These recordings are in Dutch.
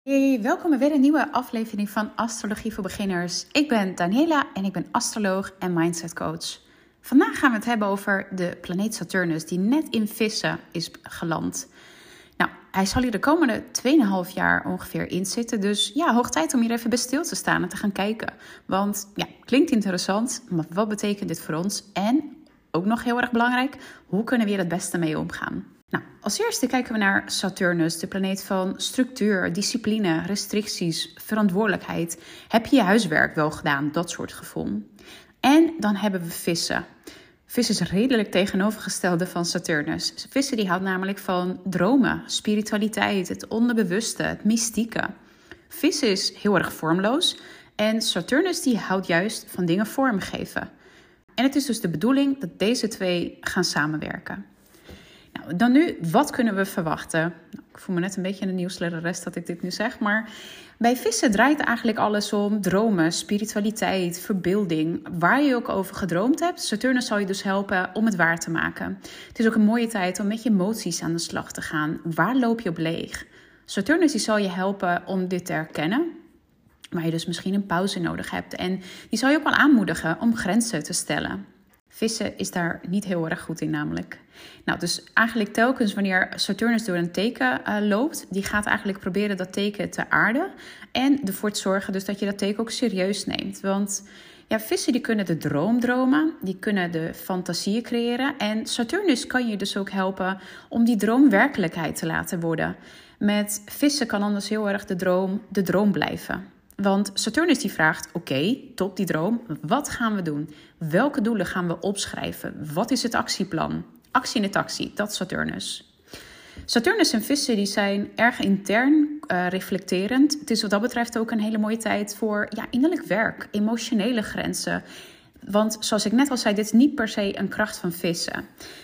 Hey, welkom bij weer een nieuwe aflevering van Astrologie voor Beginners. Ik ben Daniela en ik ben astroloog en mindset coach. Vandaag gaan we het hebben over de planeet Saturnus die net in Vissen is geland. Nou, hij zal hier de komende 2,5 jaar ongeveer in zitten. Dus ja, hoog tijd om hier even bij stil te staan en te gaan kijken. Want ja, klinkt interessant, maar wat betekent dit voor ons? En ook nog heel erg belangrijk, hoe kunnen we hier het beste mee omgaan? Nou, als eerste kijken we naar Saturnus, de planeet van structuur, discipline, restricties, verantwoordelijkheid. Heb je je huiswerk wel gedaan? Dat soort gevoel. En dan hebben we Vissen. Vissen is redelijk tegenovergestelde van Saturnus. Vissen die houdt namelijk van dromen, spiritualiteit, het onderbewuste, het mystieke. Vissen is heel erg vormloos en Saturnus die houdt juist van dingen vormgeven. En het is dus de bedoeling dat deze twee gaan samenwerken. Nou, dan nu, wat kunnen we verwachten? Nou, ik voel me net een beetje een nieuwsletter dat ik dit nu zeg, maar bij Vissen draait eigenlijk alles om dromen, spiritualiteit, verbeelding. Waar je ook over gedroomd hebt, Saturnus zal je dus helpen om het waar te maken. Het is ook een mooie tijd om met je emoties aan de slag te gaan. Waar loop je op leeg? Saturnus die zal je helpen om dit te herkennen, waar je dus misschien een pauze nodig hebt. En die zal je ook wel aanmoedigen om grenzen te stellen. Vissen is daar niet heel erg goed in namelijk. Nou, dus eigenlijk telkens wanneer Saturnus door een teken loopt, die gaat eigenlijk proberen dat teken te aarden en ervoor te zorgen dus dat je dat teken ook serieus neemt. Want ja, vissen die kunnen de droom dromen, die kunnen de fantasieën creëren en Saturnus kan je dus ook helpen om die droom werkelijkheid te laten worden. Met vissen kan anders heel erg de droom blijven. Want Saturnus die vraagt, oké, top die droom, wat gaan we doen? Welke doelen gaan we opschrijven? Wat is het actieplan? Actie in de taxi, dat is Saturnus. Saturnus en Vissen die zijn erg intern reflecterend. Het is wat dat betreft ook een hele mooie tijd voor innerlijk werk, emotionele grenzen. Want zoals ik net al zei, dit is niet per se een kracht van Vissen.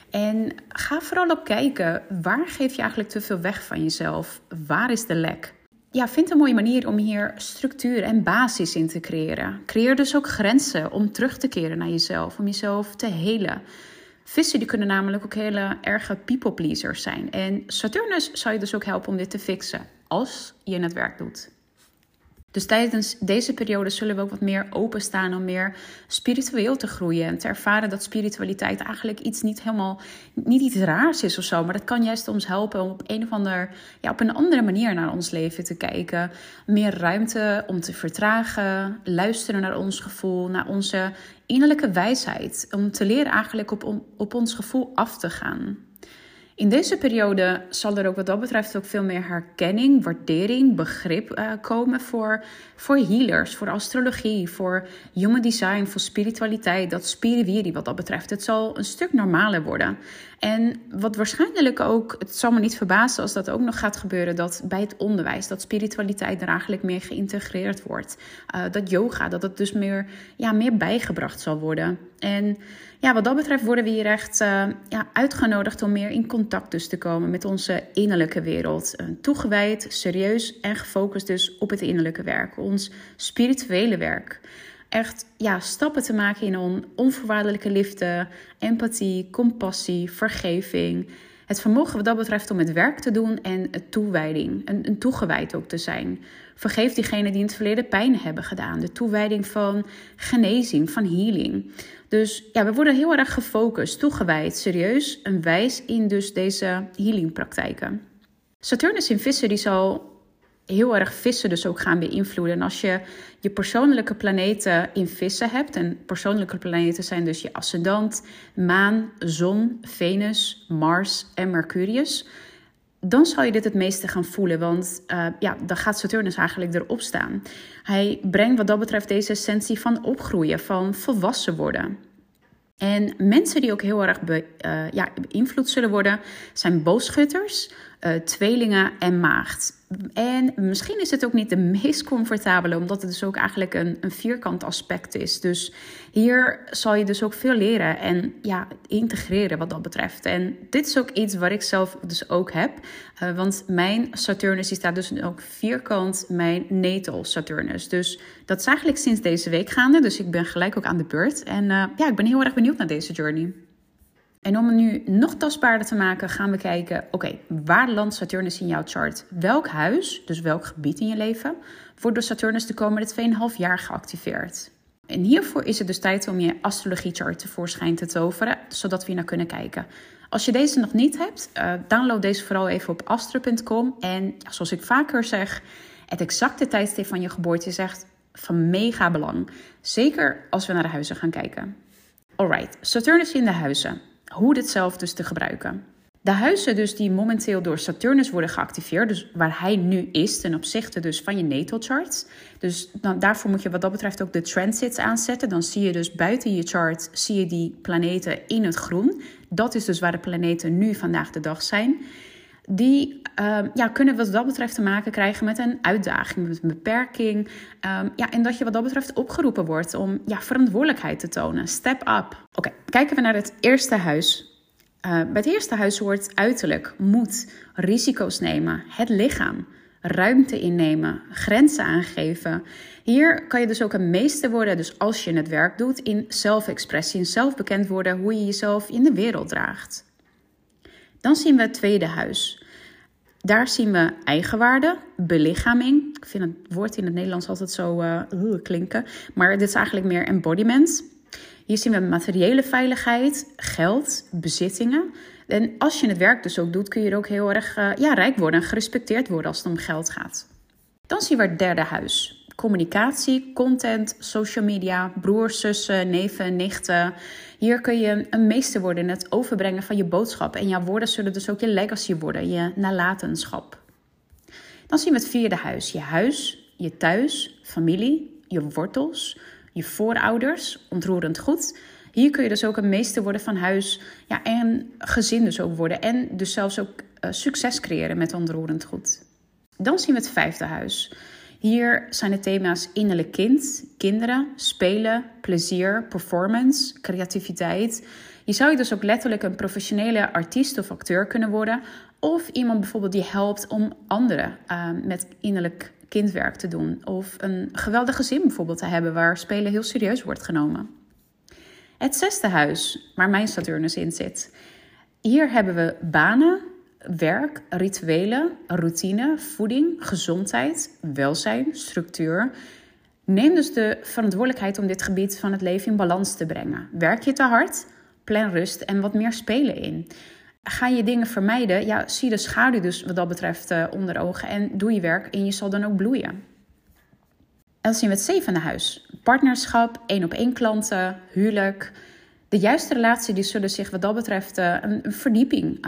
En ga vooral op kijken, waar geef je eigenlijk te veel weg van jezelf? Waar is de lek? Ja, vind een mooie manier om hier structuur en basis in te creëren. Creëer dus ook grenzen om terug te keren naar jezelf, om jezelf te helen. Vissen die kunnen namelijk ook hele erge people pleasers zijn. En Saturnus zal je dus ook helpen om dit te fixen, als je het werk doet. Dus tijdens deze periode zullen we ook wat meer openstaan om meer spiritueel te groeien. En te ervaren dat spiritualiteit eigenlijk niet iets raars is of zo. Maar dat kan juist ons helpen om op op een andere manier naar ons leven te kijken. Meer ruimte om te vertragen, luisteren naar ons gevoel, naar onze innerlijke wijsheid. Om te leren eigenlijk op ons gevoel af te gaan. In deze periode zal er ook wat dat betreft ook veel meer herkenning, waardering, begrip komen voor healers, voor astrologie, voor human design, voor spiritualiteit, dat spiriwiri wat dat betreft. Het zal een stuk normaler worden. En wat waarschijnlijk ook, het zal me niet verbazen als dat ook nog gaat gebeuren, dat bij het onderwijs, dat spiritualiteit er eigenlijk meer geïntegreerd wordt. Dat yoga, dat het dus meer bijgebracht zal worden. En ja, wat dat betreft worden we hier echt uitgenodigd om meer in contact dus te komen met onze innerlijke wereld. Toegewijd, serieus en gefocust dus op het innerlijke werk, ons spirituele werk. Echt stappen te maken in onvoorwaardelijke liefde, empathie, compassie, vergeving. Het vermogen wat dat betreft om het werk te doen en toewijding, een toegewijd ook te zijn. Vergeef diegenen die in het verleden pijn hebben gedaan. De toewijding van genezing, van healing. Dus we worden heel erg gefocust, toegewijd, serieus en wijs in dus deze healingpraktijken. Saturnus in Vissen die zal heel erg Vissen dus ook gaan beïnvloeden. En als je je persoonlijke planeten in Vissen hebt, en persoonlijke planeten zijn dus je ascendant, maan, zon, Venus, Mars en Mercurius, dan zal je dit het meeste gaan voelen, want dan gaat Saturnus eigenlijk erop staan. Hij brengt wat dat betreft deze essentie van opgroeien, van volwassen worden. En mensen die ook heel erg beïnvloed zullen worden, zijn boogschutters, tweelingen en maagd. En misschien is het ook niet de meest comfortabele, omdat het dus ook eigenlijk een vierkant aspect is. Dus hier zal je dus ook veel leren en integreren wat dat betreft. En dit is ook iets wat ik zelf dus ook heb. Want mijn Saturnus die staat dus ook vierkant mijn natal Saturnus. Dus dat is eigenlijk sinds deze week gaande. Dus ik ben gelijk ook aan de beurt. En ik ben heel erg benieuwd naar deze journey. En om het nu nog tastbaarder te maken, gaan we kijken, oké, waar landt Saturnus in jouw chart? Welk huis, dus welk gebied in je leven, wordt door Saturnus de komende 2,5 jaar geactiveerd? En hiervoor is het dus tijd om je astrologiechart tevoorschijn te toveren, zodat we hier naar kunnen kijken. Als je deze nog niet hebt, download deze vooral even op astro.com. En zoals ik vaker zeg, het exacte tijdstip van je geboorte is echt van mega belang. Zeker als we naar de huizen gaan kijken. Alright, Saturnus in de huizen. Hoe dit zelf dus te gebruiken. De huizen dus die momenteel door Saturnus worden geactiveerd, dus waar hij nu is ten opzichte dus van je natal chart. Dus daarvoor moet je wat dat betreft ook de transits aanzetten. Dan zie je dus buiten je chart zie je die planeten in het groen. Dat is dus waar de planeten nu vandaag de dag zijn. Die kunnen wat dat betreft te maken krijgen met een uitdaging, met een beperking. En dat je wat dat betreft opgeroepen wordt om verantwoordelijkheid te tonen. Step up. Oké, kijken we naar het eerste huis. Bij het eerste huis hoort uiterlijk, moed, risico's nemen, het lichaam, ruimte innemen, grenzen aangeven. Hier kan je dus ook een meester worden, dus als je het werk doet, in zelfexpressie, in zelfbekend worden hoe je jezelf in de wereld draagt. Dan zien we het tweede huis. Daar zien we eigenwaarde, belichaming. Ik vind het woord in het Nederlands altijd zo klinken, maar dit is eigenlijk meer embodiment. Hier zien we materiële veiligheid, geld, bezittingen. En als je het werk dus ook doet, kun je er ook heel erg rijk worden en gerespecteerd worden als het om geld gaat. Dan zien we het derde huis. Communicatie, content, social media, broers, zussen, neven, nichten. Hier kun je een meester worden in het overbrengen van je boodschap. En jouw woorden zullen dus ook je legacy worden, je nalatenschap. Dan zien we het vierde huis, je thuis, familie, je wortels, je voorouders, ontroerend goed. Hier kun je dus ook een meester worden van huis en gezin dus ook worden. En dus zelfs ook succes creëren met ontroerend goed. Dan zien we het vijfde huis. Hier zijn de thema's innerlijk kind, kinderen, spelen, plezier, performance, creativiteit. Hier zou je dus ook letterlijk een professionele artiest of acteur kunnen worden. Of iemand bijvoorbeeld die helpt om anderen met innerlijk kindwerk te doen. Of een geweldig gezin bijvoorbeeld te hebben waar spelen heel serieus wordt genomen. Het zesde huis, waar mijn Saturnus in zit. Hier hebben we banen, werk, rituelen, routine, voeding, gezondheid, welzijn, structuur. Neem dus de verantwoordelijkheid om dit gebied van het leven in balans te brengen. Werk je te hard? Plan rust en wat meer spelen in. Ga je dingen vermijden? Zie de schaduw dus wat dat betreft onder ogen en doe je werk en je zal dan ook bloeien. En dan zien we het zevende huis. Partnerschap, 1-op-1 klanten, huwelijk. De juiste relatie die zullen zich wat dat betreft een verdieping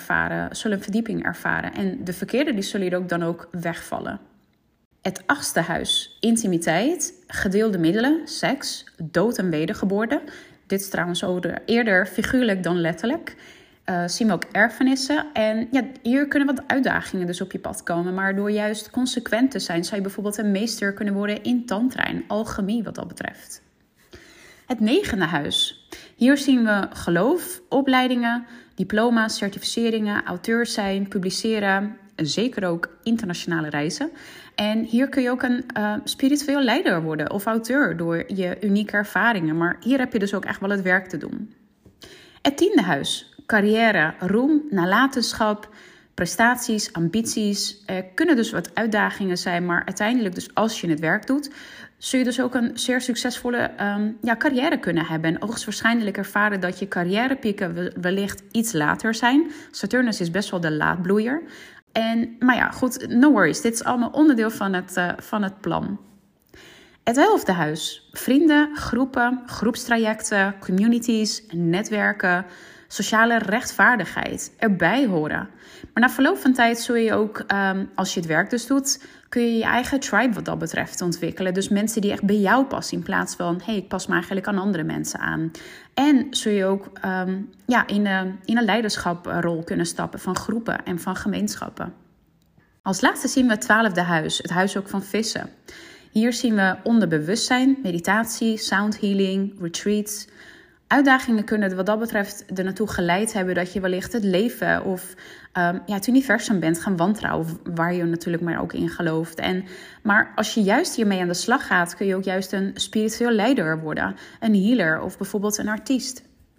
ervaren. En de verkeerde die zullen hier ook dan ook wegvallen. Het achtste huis. Intimiteit, gedeelde middelen, seks, dood en wedergeboorte. Dit is trouwens eerder figuurlijk dan letterlijk. Zien we ook erfenissen. En hier kunnen wat uitdagingen dus op je pad komen. Maar door juist consequent te zijn, zou je bijvoorbeeld een meester kunnen worden in tantra en alchemie wat dat betreft. Het negende huis. Hier zien we geloof, opleidingen, diploma's, certificeringen, auteur zijn, publiceren. Zeker ook internationale reizen. En hier kun je ook een spiritueel leider worden of auteur door je unieke ervaringen. Maar hier heb je dus ook echt wel het werk te doen. Het tiende huis. Carrière, roem, nalatenschap, prestaties, ambities. Er kunnen dus wat uitdagingen zijn, maar uiteindelijk dus als je het werk doet, zul je dus ook een zeer succesvolle carrière kunnen hebben. En hoogstwaarschijnlijk ervaren dat je carrièrepieken wellicht iets later zijn. Saturnus is best wel de laatbloeier. Maar ja, goed, no worries. Dit is allemaal onderdeel van het plan. Het 11e huis. Vrienden, groepen, groepstrajecten, communities, netwerken, sociale rechtvaardigheid, erbij horen. Maar na verloop van tijd zul je ook, als je het werk dus doet, kun je je eigen tribe wat dat betreft ontwikkelen. Dus mensen die echt bij jou passen in plaats van, ik pas me eigenlijk aan andere mensen aan. En zul je ook in een leiderschaprol kunnen stappen van groepen en van gemeenschappen. Als laatste zien we het 12e huis, het huis ook van vissen. Hier zien we onderbewustzijn, meditatie, sound healing, retreats. Uitdagingen kunnen wat dat betreft er naartoe geleid hebben dat je wellicht het leven of het universum bent gaan wantrouwen, waar je natuurlijk maar ook in gelooft. Maar als je juist hiermee aan de slag gaat, kun je ook juist een spiritueel leider worden, een healer of bijvoorbeeld een artiest.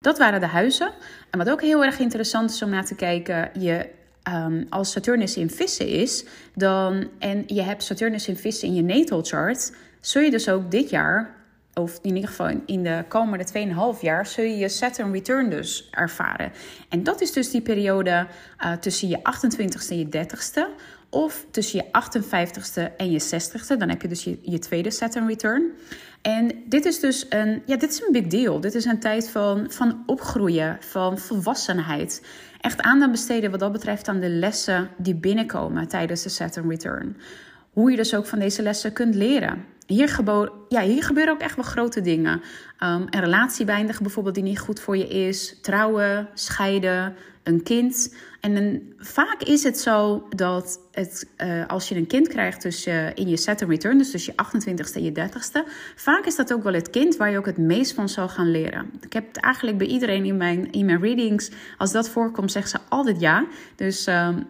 Dat waren de huizen. En wat ook heel erg interessant is om naar te kijken, als Saturnus in Vissen is, en je hebt Saturnus in Vissen in je natal chart, zul je dus ook dit jaar, of in ieder geval in de komende 2,5 jaar, zul je Saturn return dus ervaren. En dat is dus die periode tussen je 28ste en je 30ste, of tussen je 58ste en je 60ste. Dan heb je dus je tweede Saturn return. En dit is dus een big deal. Dit is een tijd van opgroeien, van volwassenheid. Echt aandacht besteden wat dat betreft aan de lessen die binnenkomen tijdens de Saturn return. Hoe je dus ook van deze lessen kunt leren. Hier gebeuren ook echt wel grote dingen. Een relatie beëindigen bijvoorbeeld die niet goed voor je is. Trouwen, scheiden, een kind. En vaak is het zo dat als je een kind krijgt in je Saturn return, dus tussen je 28ste en je 30ste, vaak is dat ook wel het kind waar je ook het meest van zal gaan leren. Ik heb het eigenlijk bij iedereen in mijn readings, als dat voorkomt, zeggen ze altijd ja. Dus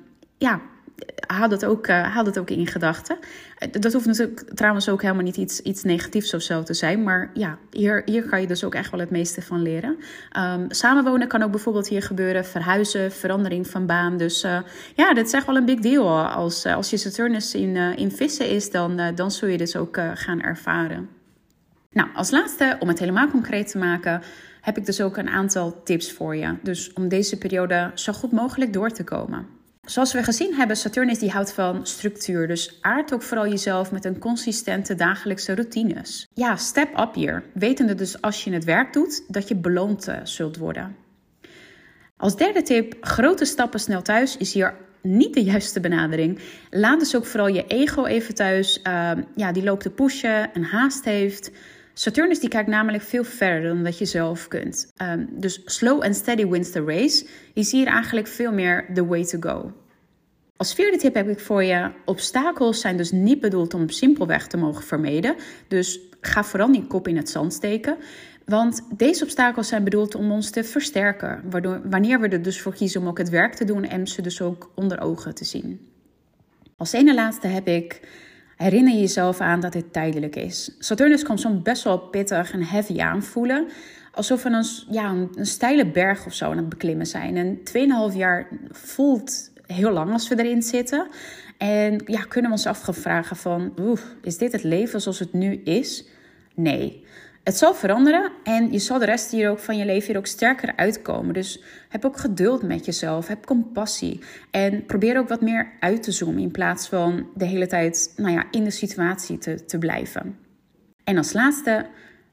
haal dat ook in gedachten. Dat hoeft natuurlijk trouwens ook helemaal niet iets negatiefs of zo te zijn. Maar ja, hier kan je dus ook echt wel het meeste van leren. Samenwonen kan ook bijvoorbeeld hier gebeuren. Verhuizen, verandering van baan. Dus dit is echt wel een big deal. Als je Saturnus in Vissen is, dan zul je dus ook gaan ervaren. Nou, als laatste, om het helemaal concreet te maken, heb ik dus ook een aantal tips voor je. Dus om deze periode zo goed mogelijk door te komen. Zoals we gezien hebben, Saturnus die houdt van structuur. Dus aard ook vooral jezelf met een consistente dagelijkse routines. Ja, step up hier. Wetende dus als je het werk doet, dat je beloond zult worden. Als derde tip, grote stappen snel thuis is hier niet de juiste benadering. Laat dus ook vooral je ego even thuis. Die loopt te pushen, een haast heeft. Saturnus die kijkt namelijk veel verder dan dat je zelf kunt. Dus slow and steady wins the race is hier eigenlijk veel meer the way to go. Als vierde tip heb ik voor je, obstakels zijn dus niet bedoeld om simpelweg te mogen vermijden. Dus ga vooral niet kop in het zand steken. Want deze obstakels zijn bedoeld om ons te versterken. Wanneer we er dus voor kiezen om ook het werk te doen en ze dus ook onder ogen te zien. Als ene laatste heb ik, herinner je jezelf aan dat dit tijdelijk is. Saturnus kan soms best wel pittig en heavy aanvoelen. Alsof we een steile berg of zo aan het beklimmen zijn. En 2,5 jaar voelt heel lang als we erin zitten. En kunnen we ons af gaan vragen van, is dit het leven zoals het nu is? Nee. Het zal veranderen en je zal de rest van je leven hier ook sterker uitkomen. Dus heb ook geduld met jezelf, heb compassie. En probeer ook wat meer uit te zoomen in plaats van de hele tijd in de situatie te blijven. En als laatste,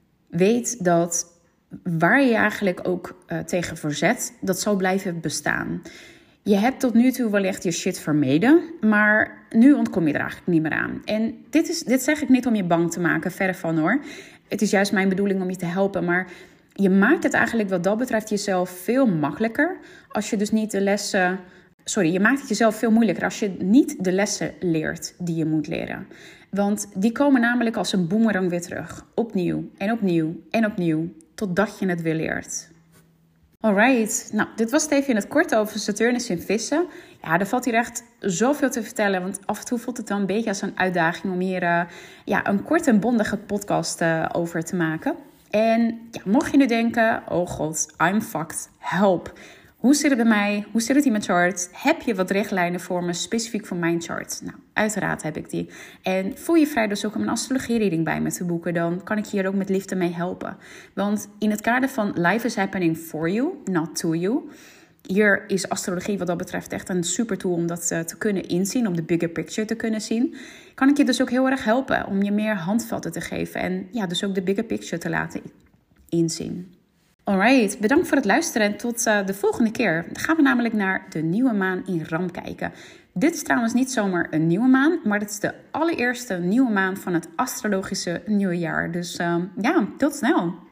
weet dat waar je eigenlijk ook tegen verzet, dat zal blijven bestaan. Je hebt tot nu toe wellicht je shit vermeden, maar nu ontkom je er eigenlijk niet meer aan. En dit zeg ik niet om je bang te maken, verre van hoor. Het is juist mijn bedoeling om je te helpen, maar je maakt het eigenlijk wat dat betreft jezelf veel makkelijker als je dus niet de lessen... je maakt het jezelf veel moeilijker als je niet de lessen leert die je moet leren. Want die komen namelijk als een boemerang weer terug. Opnieuw en opnieuw en opnieuw, totdat je het weer leert. Alright, nou dit was het even in het kort over Saturnus in Vissen. Ja, er valt hier echt zoveel te vertellen, want af en toe voelt het wel een beetje als een uitdaging om hier een kort en bondige podcast over te maken. En mocht je nu denken, oh god, I'm fucked, help. Hoe zit het bij mij? Hoe zit het in mijn chart? Heb je wat richtlijnen voor me, specifiek voor mijn chart? Nou, uiteraard heb ik die. En voel je vrij dus ook om een astrologie-reading bij me te boeken. Dan kan ik je hier ook met liefde mee helpen. Want in het kader van life is happening for you, not to you. Hier is astrologie wat dat betreft echt een super tool om dat te kunnen inzien. Om de bigger picture te kunnen zien. Kan ik je dus ook heel erg helpen om je meer handvatten te geven. En dus ook de bigger picture te laten inzien. Alright, bedankt voor het luisteren en tot de volgende keer. Dan gaan we namelijk naar de nieuwe maan in Ram kijken. Dit is trouwens niet zomaar een nieuwe maan, maar dit is de allereerste nieuwe maan van het astrologische nieuwe jaar. Dus tot snel!